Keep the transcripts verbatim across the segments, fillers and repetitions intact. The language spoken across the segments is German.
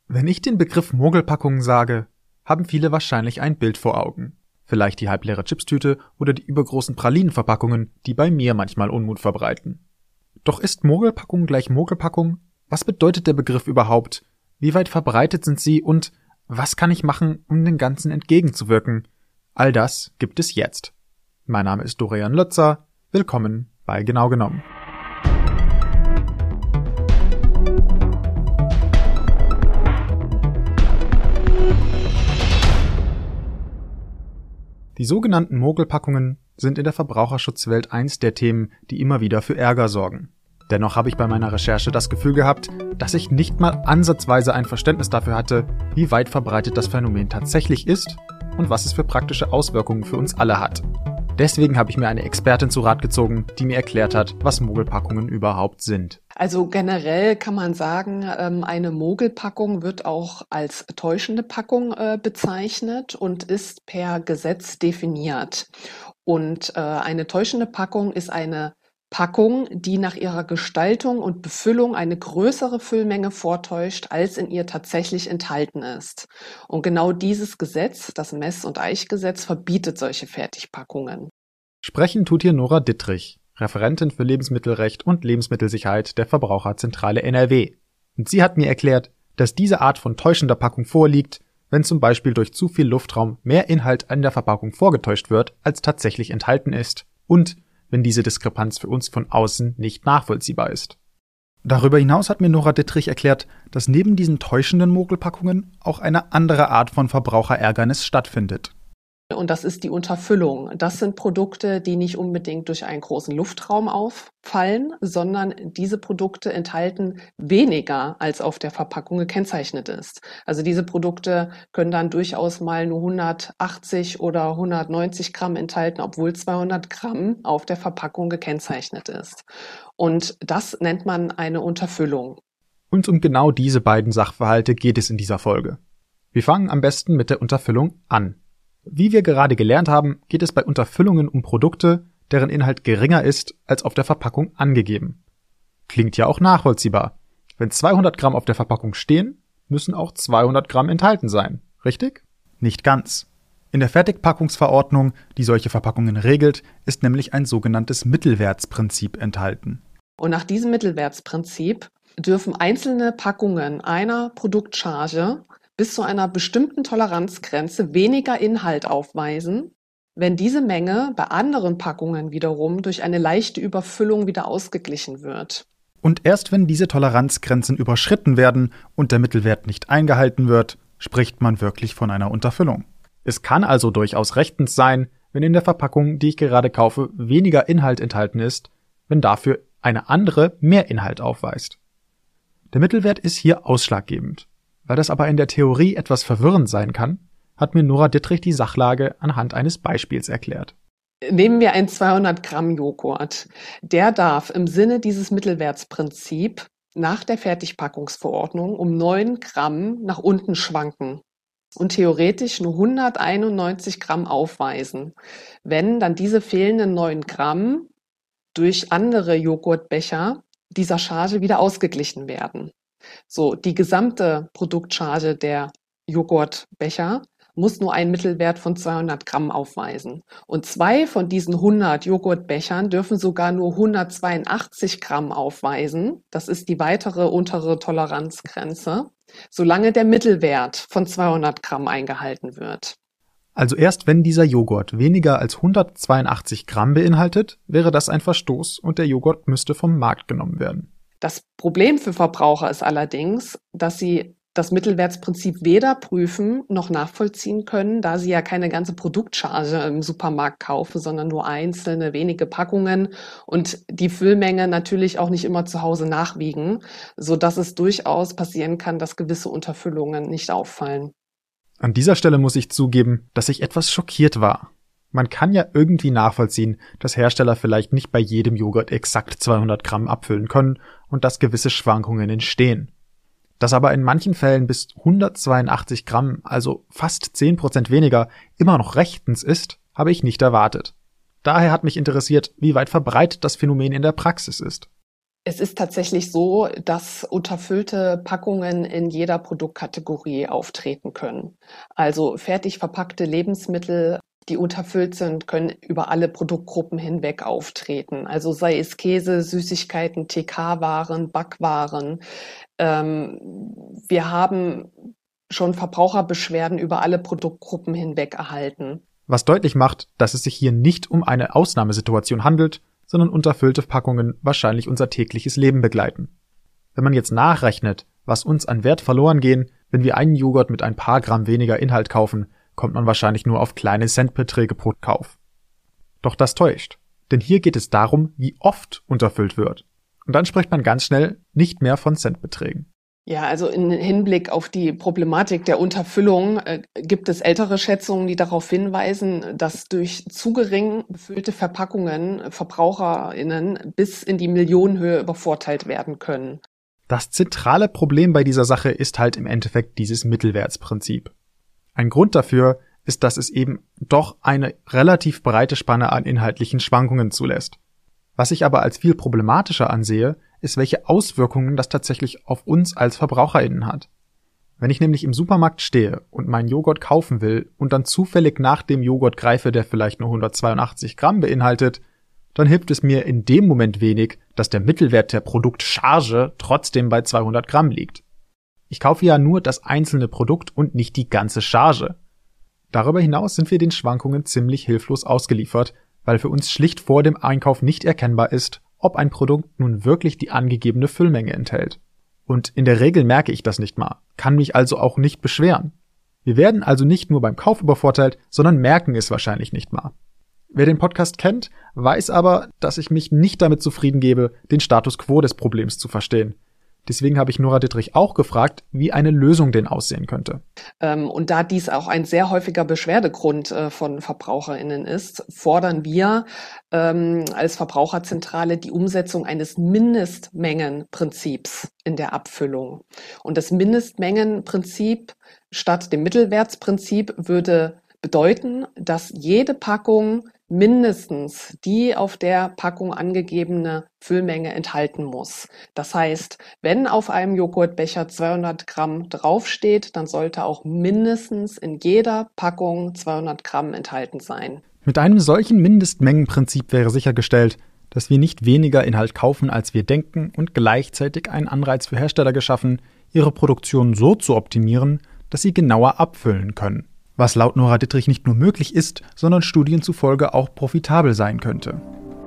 Wenn ich den Begriff Mogelpackungen sage, haben viele wahrscheinlich ein Bild vor Augen. Vielleicht die halbleere Chipstüte oder die übergroßen Pralinenverpackungen, die bei mir manchmal Unmut verbreiten. Doch ist Mogelpackung gleich Mogelpackung? Was bedeutet der Begriff überhaupt? Wie weit verbreitet sind sie und was kann ich machen, um dem Ganzen entgegenzuwirken? All das gibt es jetzt. Mein Name ist Dorian Lötzer. Willkommen bei Genau genommen. Die sogenannten Mogelpackungen sind in der Verbraucherschutzwelt eins der Themen, die immer wieder für Ärger sorgen. Dennoch habe ich bei meiner Recherche das Gefühl gehabt, dass ich nicht mal ansatzweise ein Verständnis dafür hatte, wie weit verbreitet das Phänomen tatsächlich ist und was es für praktische Auswirkungen für uns alle hat. Deswegen habe ich mir eine Expertin zu Rat gezogen, die mir erklärt hat, was Mogelpackungen überhaupt sind. Also generell kann man sagen, eine Mogelpackung wird auch als täuschende Packung bezeichnet und ist per Gesetz definiert. Und eine täuschende Packung ist eine Packung, die nach ihrer Gestaltung und Befüllung eine größere Füllmenge vortäuscht, als in ihr tatsächlich enthalten ist. Und genau dieses Gesetz, das Mess- und Eichgesetz, verbietet solche Fertigpackungen. Sprechen tut hier Nora Dittrich, Referentin für Lebensmittelrecht und Lebensmittelsicherheit der Verbraucherzentrale N R W. Und sie hat mir erklärt, dass diese Art von täuschender Packung vorliegt, wenn zum Beispiel durch zu viel Luftraum mehr Inhalt an der Verpackung vorgetäuscht wird, als tatsächlich enthalten ist. Und wenn diese Diskrepanz für uns von außen nicht nachvollziehbar ist. Darüber hinaus hat mir Nora Dittrich erklärt, dass neben diesen täuschenden Mogelpackungen auch eine andere Art von Verbraucherärgernis stattfindet. Und das ist die Unterfüllung. Das sind Produkte, die nicht unbedingt durch einen großen Luftraum auffallen, sondern diese Produkte enthalten weniger, als auf der Verpackung gekennzeichnet ist. Also diese Produkte können dann durchaus mal nur hundertachtzig oder hundertneunzig Gramm enthalten, obwohl zweihundert Gramm auf der Verpackung gekennzeichnet ist. Und das nennt man eine Unterfüllung. Und um genau diese beiden Sachverhalte geht es in dieser Folge. Wir fangen am besten mit der Unterfüllung an. Wie wir gerade gelernt haben, geht es bei Unterfüllungen um Produkte, deren Inhalt geringer ist als auf der Verpackung angegeben. Klingt ja auch nachvollziehbar. Wenn zweihundert Gramm auf der Verpackung stehen, müssen auch zweihundert Gramm enthalten sein, richtig? Nicht ganz. In der Fertigpackungsverordnung, die solche Verpackungen regelt, ist nämlich ein sogenanntes Mittelwertsprinzip enthalten. Und nach diesem Mittelwertsprinzip dürfen einzelne Packungen einer Produktcharge bis zu einer bestimmten Toleranzgrenze weniger Inhalt aufweisen, wenn diese Menge bei anderen Packungen wiederum durch eine leichte Überfüllung wieder ausgeglichen wird. Und erst wenn diese Toleranzgrenzen überschritten werden und der Mittelwert nicht eingehalten wird, spricht man wirklich von einer Unterfüllung. Es kann also durchaus rechtens sein, wenn in der Verpackung, die ich gerade kaufe, weniger Inhalt enthalten ist, wenn dafür eine andere mehr Inhalt aufweist. Der Mittelwert ist hier ausschlaggebend. Weil das aber in der Theorie etwas verwirrend sein kann, hat mir Nora Dittrich die Sachlage anhand eines Beispiels erklärt. Nehmen wir einen zweihundert Gramm Joghurt. Der darf im Sinne dieses Mittelwertsprinzips nach der Fertigpackungsverordnung um neun Gramm nach unten schwanken und theoretisch nur hunderteinundneunzig Gramm aufweisen, wenn dann diese fehlenden neun Gramm durch andere Joghurtbecher dieser Charge wieder ausgeglichen werden. So, die gesamte Produktcharge der Joghurtbecher muss nur einen Mittelwert von zweihundert Gramm aufweisen. Und zwei von diesen hundert Joghurtbechern dürfen sogar nur hundertzweiundachtzig Gramm aufweisen. Das ist die weitere untere Toleranzgrenze, solange der Mittelwert von zweihundert Gramm eingehalten wird. Also erst wenn dieser Joghurt weniger als hundertzweiundachtzig Gramm beinhaltet, wäre das ein Verstoß und der Joghurt müsste vom Markt genommen werden. Das Problem für Verbraucher ist allerdings, dass sie das Mittelwertsprinzip weder prüfen noch nachvollziehen können, da sie ja keine ganze Produktcharge im Supermarkt kaufen, sondern nur einzelne wenige Packungen und die Füllmenge natürlich auch nicht immer zu Hause nachwiegen, sodass es durchaus passieren kann, dass gewisse Unterfüllungen nicht auffallen. An dieser Stelle muss ich zugeben, dass ich etwas schockiert war. Man kann ja irgendwie nachvollziehen, dass Hersteller vielleicht nicht bei jedem Joghurt exakt zweihundert Gramm abfüllen können und dass gewisse Schwankungen entstehen. Dass aber in manchen Fällen bis hundertzweiundachtzig Gramm, also fast zehn Prozent weniger, immer noch rechtens ist, habe ich nicht erwartet. Daher hat mich interessiert, wie weit verbreitet das Phänomen in der Praxis ist. Es ist tatsächlich so, dass unterfüllte Packungen in jeder Produktkategorie auftreten können. Also fertig verpackte Lebensmittel, die unterfüllt sind, können über alle Produktgruppen hinweg auftreten. Also sei es Käse, Süßigkeiten, T K-Waren, Backwaren. Ähm, wir haben schon Verbraucherbeschwerden über alle Produktgruppen hinweg erhalten. Was deutlich macht, dass es sich hier nicht um eine Ausnahmesituation handelt, sondern unterfüllte Packungen wahrscheinlich unser tägliches Leben begleiten. Wenn man jetzt nachrechnet, was uns an Wert verloren gehen, wenn wir einen Joghurt mit ein paar Gramm weniger Inhalt kaufen, kommt man wahrscheinlich nur auf kleine Centbeträge pro Kauf. Doch das täuscht, denn hier geht es darum, wie oft unterfüllt wird. Und dann spricht man ganz schnell nicht mehr von Centbeträgen. Ja, also im Hinblick auf die Problematik der Unterfüllung äh, gibt es ältere Schätzungen, die darauf hinweisen, dass durch zu gering befüllte Verpackungen VerbraucherInnen bis in die Millionenhöhe übervorteilt werden können. Das zentrale Problem bei dieser Sache ist halt im Endeffekt dieses Mittelwertsprinzip. Ein Grund dafür ist, dass es eben doch eine relativ breite Spanne an inhaltlichen Schwankungen zulässt. Was ich aber als viel problematischer ansehe, ist, welche Auswirkungen das tatsächlich auf uns als VerbraucherInnen hat. Wenn ich nämlich im Supermarkt stehe und meinen Joghurt kaufen will und dann zufällig nach dem Joghurt greife, der vielleicht nur hundertzweiundachtzig Gramm beinhaltet, dann hilft es mir in dem Moment wenig, dass der Mittelwert der Produktcharge trotzdem bei zweihundert Gramm liegt. Ich kaufe ja nur das einzelne Produkt und nicht die ganze Charge. Darüber hinaus sind wir den Schwankungen ziemlich hilflos ausgeliefert, weil für uns schlicht vor dem Einkauf nicht erkennbar ist, ob ein Produkt nun wirklich die angegebene Füllmenge enthält. Und in der Regel merke ich das nicht mal, kann mich also auch nicht beschweren. Wir werden also nicht nur beim Kauf übervorteilt, sondern merken es wahrscheinlich nicht mal. Wer den Podcast kennt, weiß aber, dass ich mich nicht damit zufrieden gebe, den Status quo des Problems zu verstehen. Deswegen habe ich Nora Dittrich auch gefragt, wie eine Lösung denn aussehen könnte. Ähm, und da dies auch ein sehr häufiger Beschwerdegrund äh, von VerbraucherInnen ist, fordern wir ähm, als Verbraucherzentrale die Umsetzung eines Mindestmengenprinzips in der Abfüllung. Und das Mindestmengenprinzip statt dem Mittelwertsprinzip würde bedeuten, dass jede Packung mindestens die auf der Packung angegebene Füllmenge enthalten muss. Das heißt, wenn auf einem Joghurtbecher zweihundert Gramm draufsteht, dann sollte auch mindestens in jeder Packung zweihundert Gramm enthalten sein. Mit einem solchen Mindestmengenprinzip wäre sichergestellt, dass wir nicht weniger Inhalt kaufen, als wir denken, und gleichzeitig einen Anreiz für Hersteller geschaffen, ihre Produktion so zu optimieren, dass sie genauer abfüllen können. Was laut Nora Dittrich nicht nur möglich ist, sondern Studien zufolge auch profitabel sein könnte.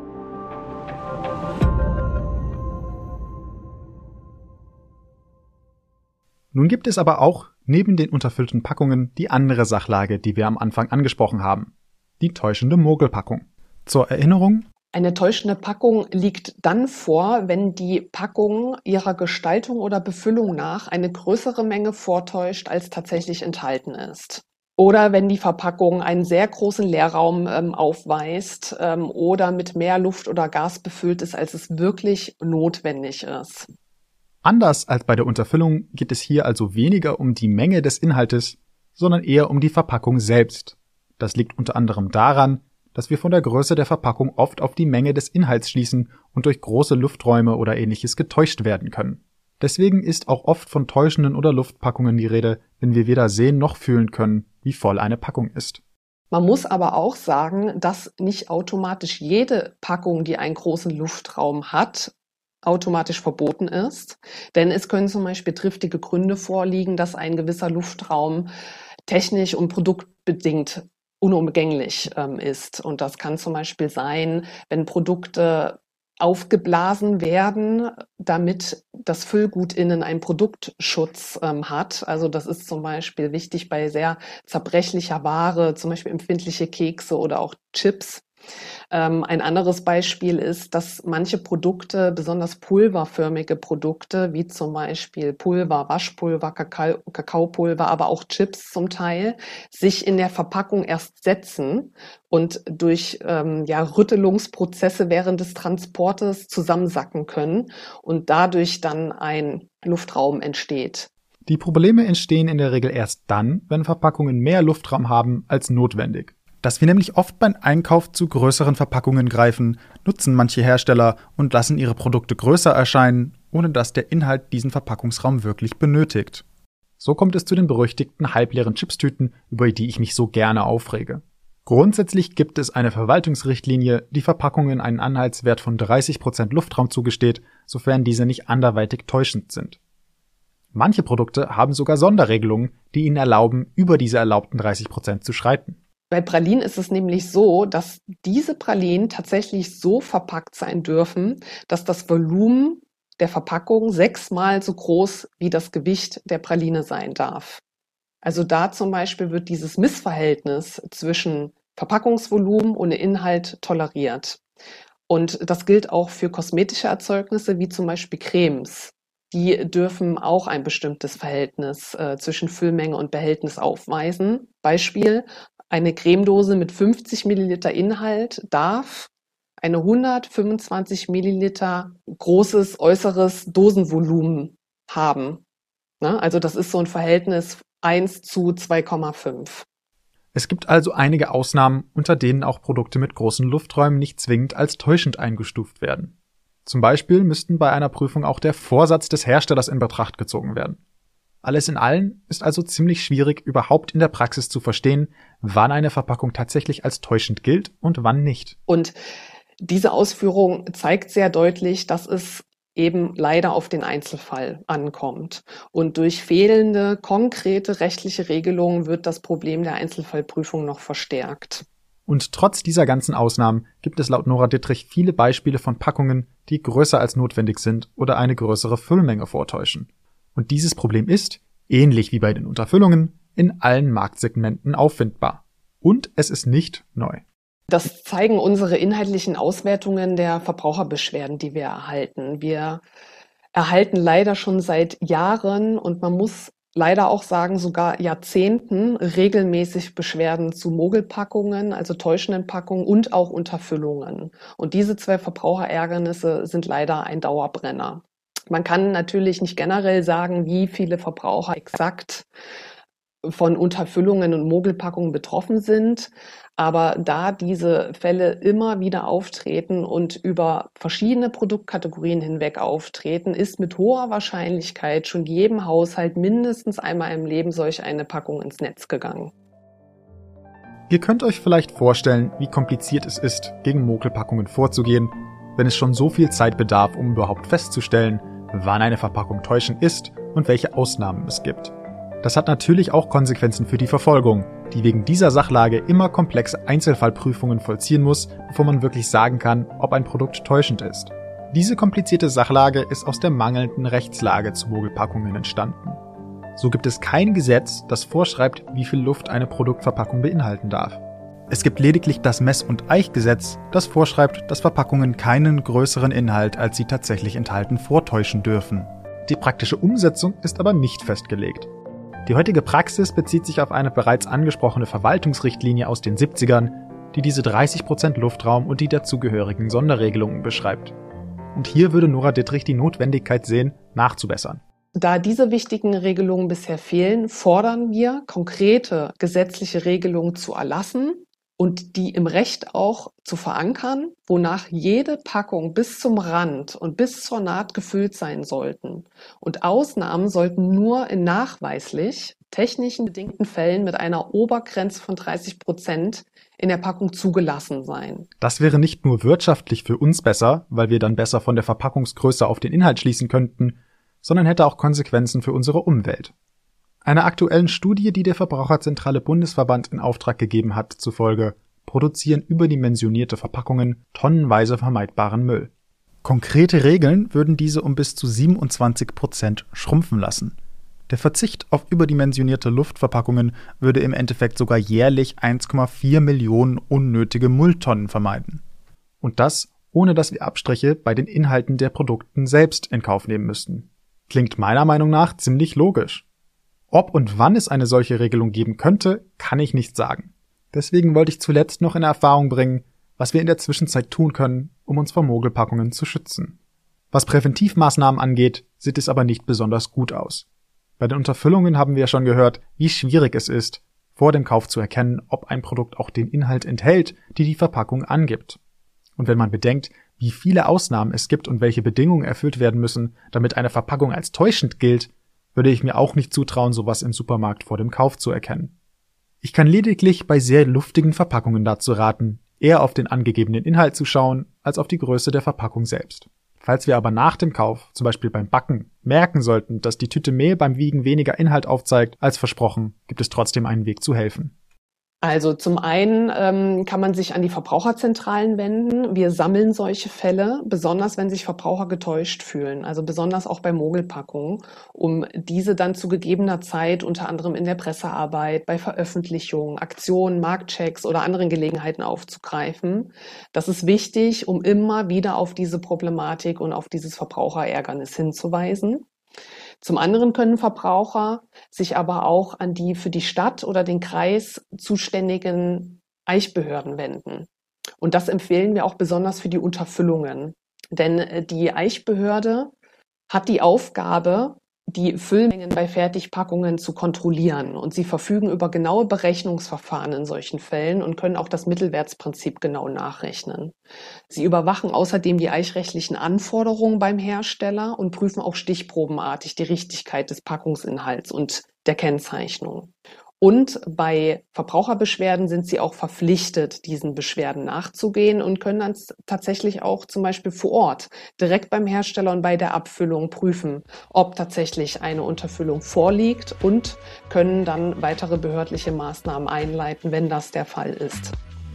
Nun gibt es aber auch neben den unterfüllten Packungen die andere Sachlage, die wir am Anfang angesprochen haben: die täuschende Mogelpackung. Zur Erinnerung: Eine täuschende Packung liegt dann vor, wenn die Packung ihrer Gestaltung oder Befüllung nach eine größere Menge vortäuscht, als tatsächlich enthalten ist. Oder wenn die Verpackung einen sehr großen Leerraum ähm, aufweist ähm, oder mit mehr Luft oder Gas befüllt ist, als es wirklich notwendig ist. Anders als bei der Unterfüllung geht es hier also weniger um die Menge des Inhaltes, sondern eher um die Verpackung selbst. Das liegt unter anderem daran, dass wir von der Größe der Verpackung oft auf die Menge des Inhalts schließen und durch große Lufträume oder ähnliches getäuscht werden können. Deswegen ist auch oft von täuschenden oder Luftpackungen die Rede, wenn wir weder sehen noch fühlen können, wie voll eine Packung ist. Man muss aber auch sagen, dass nicht automatisch jede Packung, die einen großen Luftraum hat, automatisch verboten ist. Denn es können zum Beispiel triftige Gründe vorliegen, dass ein gewisser Luftraum technisch und produktbedingt unumgänglich ähm, ist. Und das kann zum Beispiel sein, wenn Produkte aufgeblasen werden, damit das Füllgut innen einen Produktschutz ähm, hat. Also das ist zum Beispiel wichtig bei sehr zerbrechlicher Ware, zum Beispiel empfindliche Kekse oder auch Chips. Ähm, ein anderes Beispiel ist, dass manche Produkte, besonders pulverförmige Produkte, wie zum Beispiel Pulver, Waschpulver, Kakao, Kakaopulver, aber auch Chips zum Teil, sich in der Verpackung erst setzen und durch ähm, ja, Rüttelungsprozesse während des Transportes zusammensacken können und dadurch dann ein Luftraum entsteht. Die Probleme entstehen in der Regel erst dann, wenn Verpackungen mehr Luftraum haben als notwendig. Dass wir nämlich oft beim Einkauf zu größeren Verpackungen greifen, nutzen manche Hersteller und lassen ihre Produkte größer erscheinen, ohne dass der Inhalt diesen Verpackungsraum wirklich benötigt. So kommt es zu den berüchtigten halbleeren Chipstüten, über die ich mich so gerne aufrege. Grundsätzlich gibt es eine Verwaltungsrichtlinie, die Verpackungen einen Anhaltswert von dreißig Prozent Luftraum zugesteht, sofern diese nicht anderweitig täuschend sind. Manche Produkte haben sogar Sonderregelungen, die ihnen erlauben, über diese erlaubten dreißig Prozent zu schreiten. Bei Pralinen ist es nämlich so, dass diese Pralinen tatsächlich so verpackt sein dürfen, dass das Volumen der Verpackung sechsmal so groß wie das Gewicht der Praline sein darf. Also da zum Beispiel wird dieses Missverhältnis zwischen Verpackungsvolumen und Inhalt toleriert. Und das gilt auch für kosmetische Erzeugnisse wie zum Beispiel Cremes. Die dürfen auch ein bestimmtes Verhältnis äh, zwischen Füllmenge und Behältnis aufweisen. Beispiel: Eine Cremedose mit fünfzig Milliliter Inhalt darf eine hundertfünfundzwanzig Milliliter großes äußeres Dosenvolumen haben. Ne? Also das ist so ein Verhältnis eins zu zwei Komma fünf. Es gibt also einige Ausnahmen, unter denen auch Produkte mit großen Lufträumen nicht zwingend als täuschend eingestuft werden. Zum Beispiel müssten bei einer Prüfung auch der Vorsatz des Herstellers in Betracht gezogen werden. Alles in allem ist also ziemlich schwierig, überhaupt in der Praxis zu verstehen, wann eine Verpackung tatsächlich als täuschend gilt und wann nicht. Und diese Ausführung zeigt sehr deutlich, dass es eben leider auf den Einzelfall ankommt. Und durch fehlende, konkrete rechtliche Regelungen wird das Problem der Einzelfallprüfung noch verstärkt. Und trotz dieser ganzen Ausnahmen gibt es laut Nora Dittrich viele Beispiele von Packungen, die größer als notwendig sind oder eine größere Füllmenge vortäuschen. Und dieses Problem ist, ähnlich wie bei den Unterfüllungen, in allen Marktsegmenten auffindbar. Und es ist nicht neu. Das zeigen unsere inhaltlichen Auswertungen der Verbraucherbeschwerden, die wir erhalten. Wir erhalten leider schon seit Jahren und man muss leider auch sagen, sogar Jahrzehnten regelmäßig Beschwerden zu Mogelpackungen, also täuschenden Packungen und auch Unterfüllungen. Und diese zwei Verbraucherärgernisse sind leider ein Dauerbrenner. Man kann natürlich nicht generell sagen, wie viele Verbraucher exakt von Unterfüllungen und Mogelpackungen betroffen sind. Aber da diese Fälle immer wieder auftreten und über verschiedene Produktkategorien hinweg auftreten, ist mit hoher Wahrscheinlichkeit schon jedem Haushalt mindestens einmal im Leben solch eine Packung ins Netz gegangen. Ihr könnt euch vielleicht vorstellen, wie kompliziert es ist, gegen Mogelpackungen vorzugehen, wenn es schon so viel Zeit bedarf, um überhaupt festzustellen, wann eine Verpackung täuschend ist und welche Ausnahmen es gibt. Das hat natürlich auch Konsequenzen für die Verfolgung, die wegen dieser Sachlage immer komplexe Einzelfallprüfungen vollziehen muss, bevor man wirklich sagen kann, ob ein Produkt täuschend ist. Diese komplizierte Sachlage ist aus der mangelnden Rechtslage zu Mogelpackungen entstanden. So gibt es kein Gesetz, das vorschreibt, wie viel Luft eine Produktverpackung beinhalten darf. Es gibt lediglich das Mess- und Eichgesetz, das vorschreibt, dass Verpackungen keinen größeren Inhalt, als sie tatsächlich enthalten, vortäuschen dürfen. Die praktische Umsetzung ist aber nicht festgelegt. Die heutige Praxis bezieht sich auf eine bereits angesprochene Verwaltungsrichtlinie aus den siebzigern, die diese dreißig Prozent Luftraum und die dazugehörigen Sonderregelungen beschreibt. Und hier würde Nora Dittrich die Notwendigkeit sehen, nachzubessern. Da diese wichtigen Regelungen bisher fehlen, fordern wir, konkrete gesetzliche Regelungen zu erlassen und die im Recht auch zu verankern, wonach jede Packung bis zum Rand und bis zur Naht gefüllt sein sollten. Und Ausnahmen sollten nur in nachweislich technischen bedingten Fällen mit einer Obergrenze von dreißig Prozent in der Packung zugelassen sein. Das wäre nicht nur wirtschaftlich für uns besser, weil wir dann besser von der Verpackungsgröße auf den Inhalt schließen könnten, sondern hätte auch Konsequenzen für unsere Umwelt. Einer aktuellen Studie, die der Verbraucherzentrale Bundesverband in Auftrag gegeben hat, zufolge produzieren überdimensionierte Verpackungen tonnenweise vermeidbaren Müll. Konkrete Regeln würden diese um bis zu siebenundzwanzig Prozent schrumpfen lassen. Der Verzicht auf überdimensionierte Luftverpackungen würde im Endeffekt sogar jährlich eins Komma vier Millionen unnötige Mülltonnen vermeiden. Und das, ohne dass wir Abstriche bei den Inhalten der Produkten selbst in Kauf nehmen müssten. Klingt meiner Meinung nach ziemlich logisch. Ob und wann es eine solche Regelung geben könnte, kann ich nicht sagen. Deswegen wollte ich zuletzt noch in Erfahrung bringen, was wir in der Zwischenzeit tun können, um uns vor Mogelpackungen zu schützen. Was Präventivmaßnahmen angeht, sieht es aber nicht besonders gut aus. Bei den Unterfüllungen haben wir ja schon gehört, wie schwierig es ist, vor dem Kauf zu erkennen, ob ein Produkt auch den Inhalt enthält, die die Verpackung angibt. Und wenn man bedenkt, wie viele Ausnahmen es gibt und welche Bedingungen erfüllt werden müssen, damit eine Verpackung als täuschend gilt, würde ich mir auch nicht zutrauen, sowas im Supermarkt vor dem Kauf zu erkennen. Ich kann lediglich bei sehr luftigen Verpackungen dazu raten, eher auf den angegebenen Inhalt zu schauen, als auf die Größe der Verpackung selbst. Falls wir aber nach dem Kauf, zum Beispiel beim Backen, merken sollten, dass die Tüte Mehl beim Wiegen weniger Inhalt aufzeigt als versprochen, gibt es trotzdem einen Weg zu helfen. Also zum einen ähm, kann man sich an die Verbraucherzentralen wenden. Wir sammeln solche Fälle, besonders wenn sich Verbraucher getäuscht fühlen, also besonders auch bei Mogelpackungen, um diese dann zu gegebener Zeit unter anderem in der Pressearbeit, bei Veröffentlichungen, Aktionen, Marktchecks oder anderen Gelegenheiten aufzugreifen. Das ist wichtig, um immer wieder auf diese Problematik und auf dieses Verbraucherärgernis hinzuweisen. Zum anderen können Verbraucher sich aber auch an die für die Stadt oder den Kreis zuständigen Eichbehörden wenden. Und das empfehlen wir auch besonders für die Unterfüllungen. Denn die Eichbehörde hat die Aufgabe, die Füllmengen bei Fertigpackungen zu kontrollieren. Und sie verfügen über genaue Berechnungsverfahren in solchen Fällen und können auch das Mittelwertsprinzip genau nachrechnen. Sie überwachen außerdem die eichrechtlichen Anforderungen beim Hersteller und prüfen auch stichprobenartig die Richtigkeit des Packungsinhalts und der Kennzeichnung. Und bei Verbraucherbeschwerden sind sie auch verpflichtet, diesen Beschwerden nachzugehen und können dann tatsächlich auch zum Beispiel vor Ort direkt beim Hersteller und bei der Abfüllung prüfen, ob tatsächlich eine Unterfüllung vorliegt und können dann weitere behördliche Maßnahmen einleiten, wenn das der Fall ist.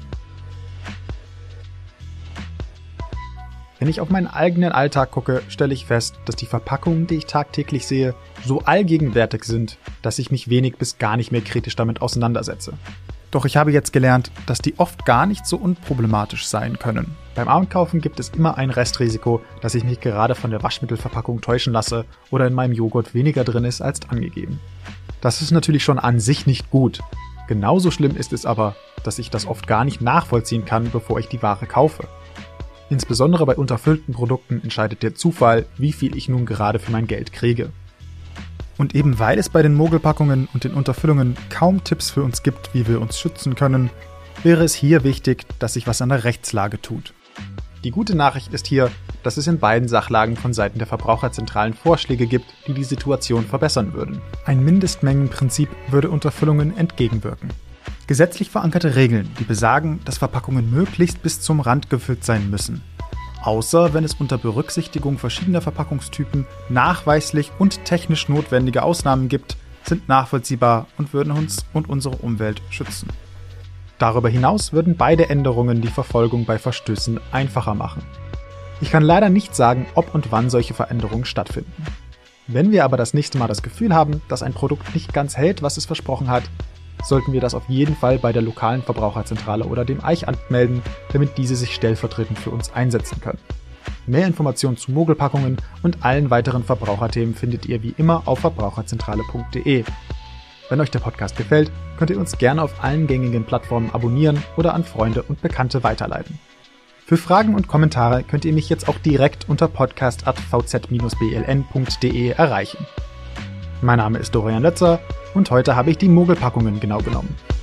Wenn ich auf meinen eigenen Alltag gucke, stelle ich fest, dass die Verpackungen, die ich tagtäglich sehe, so allgegenwärtig sind, dass ich mich wenig bis gar nicht mehr kritisch damit auseinandersetze. Doch ich habe jetzt gelernt, dass die oft gar nicht so unproblematisch sein können. Beim Einkaufen gibt es immer ein Restrisiko, dass ich mich gerade von der Waschmittelverpackung täuschen lasse oder in meinem Joghurt weniger drin ist als angegeben. Das ist natürlich schon an sich nicht gut. Genauso schlimm ist es aber, dass ich das oft gar nicht nachvollziehen kann, bevor ich die Ware kaufe. Insbesondere bei unterfüllten Produkten entscheidet der Zufall, wie viel ich nun gerade für mein Geld kriege. Und eben weil es bei den Mogelpackungen und den Unterfüllungen kaum Tipps für uns gibt, wie wir uns schützen können, wäre es hier wichtig, dass sich was an der Rechtslage tut. Die gute Nachricht ist hier, dass es in beiden Sachlagen von Seiten der Verbraucherzentralen Vorschläge gibt, die die Situation verbessern würden. Ein Mindestmengenprinzip würde Unterfüllungen entgegenwirken. Gesetzlich verankerte Regeln, die besagen, dass Verpackungen möglichst bis zum Rand gefüllt sein müssen. Außer wenn es unter Berücksichtigung verschiedener Verpackungstypen nachweislich und technisch notwendige Ausnahmen gibt, sind nachvollziehbar und würden uns und unsere Umwelt schützen. Darüber hinaus würden beide Änderungen die Verfolgung bei Verstößen einfacher machen. Ich kann leider nicht sagen, ob und wann solche Veränderungen stattfinden. Wenn wir aber das nächste Mal das Gefühl haben, dass ein Produkt nicht ganz hält, was es versprochen hat, sollten wir das auf jeden Fall bei der lokalen Verbraucherzentrale oder dem Eichamt melden, damit diese sich stellvertretend für uns einsetzen können. Mehr Informationen zu Mogelpackungen und allen weiteren Verbraucherthemen findet ihr wie immer auf verbraucherzentrale punkt de. Wenn euch der Podcast gefällt, könnt ihr uns gerne auf allen gängigen Plattformen abonnieren oder an Freunde und Bekannte weiterleiten. Für Fragen und Kommentare könnt ihr mich jetzt auch direkt unter podcast at v z dash b l n punkt de erreichen. Mein Name ist Dorian Lötzer und heute habe ich die Mogelpackungen genau genommen.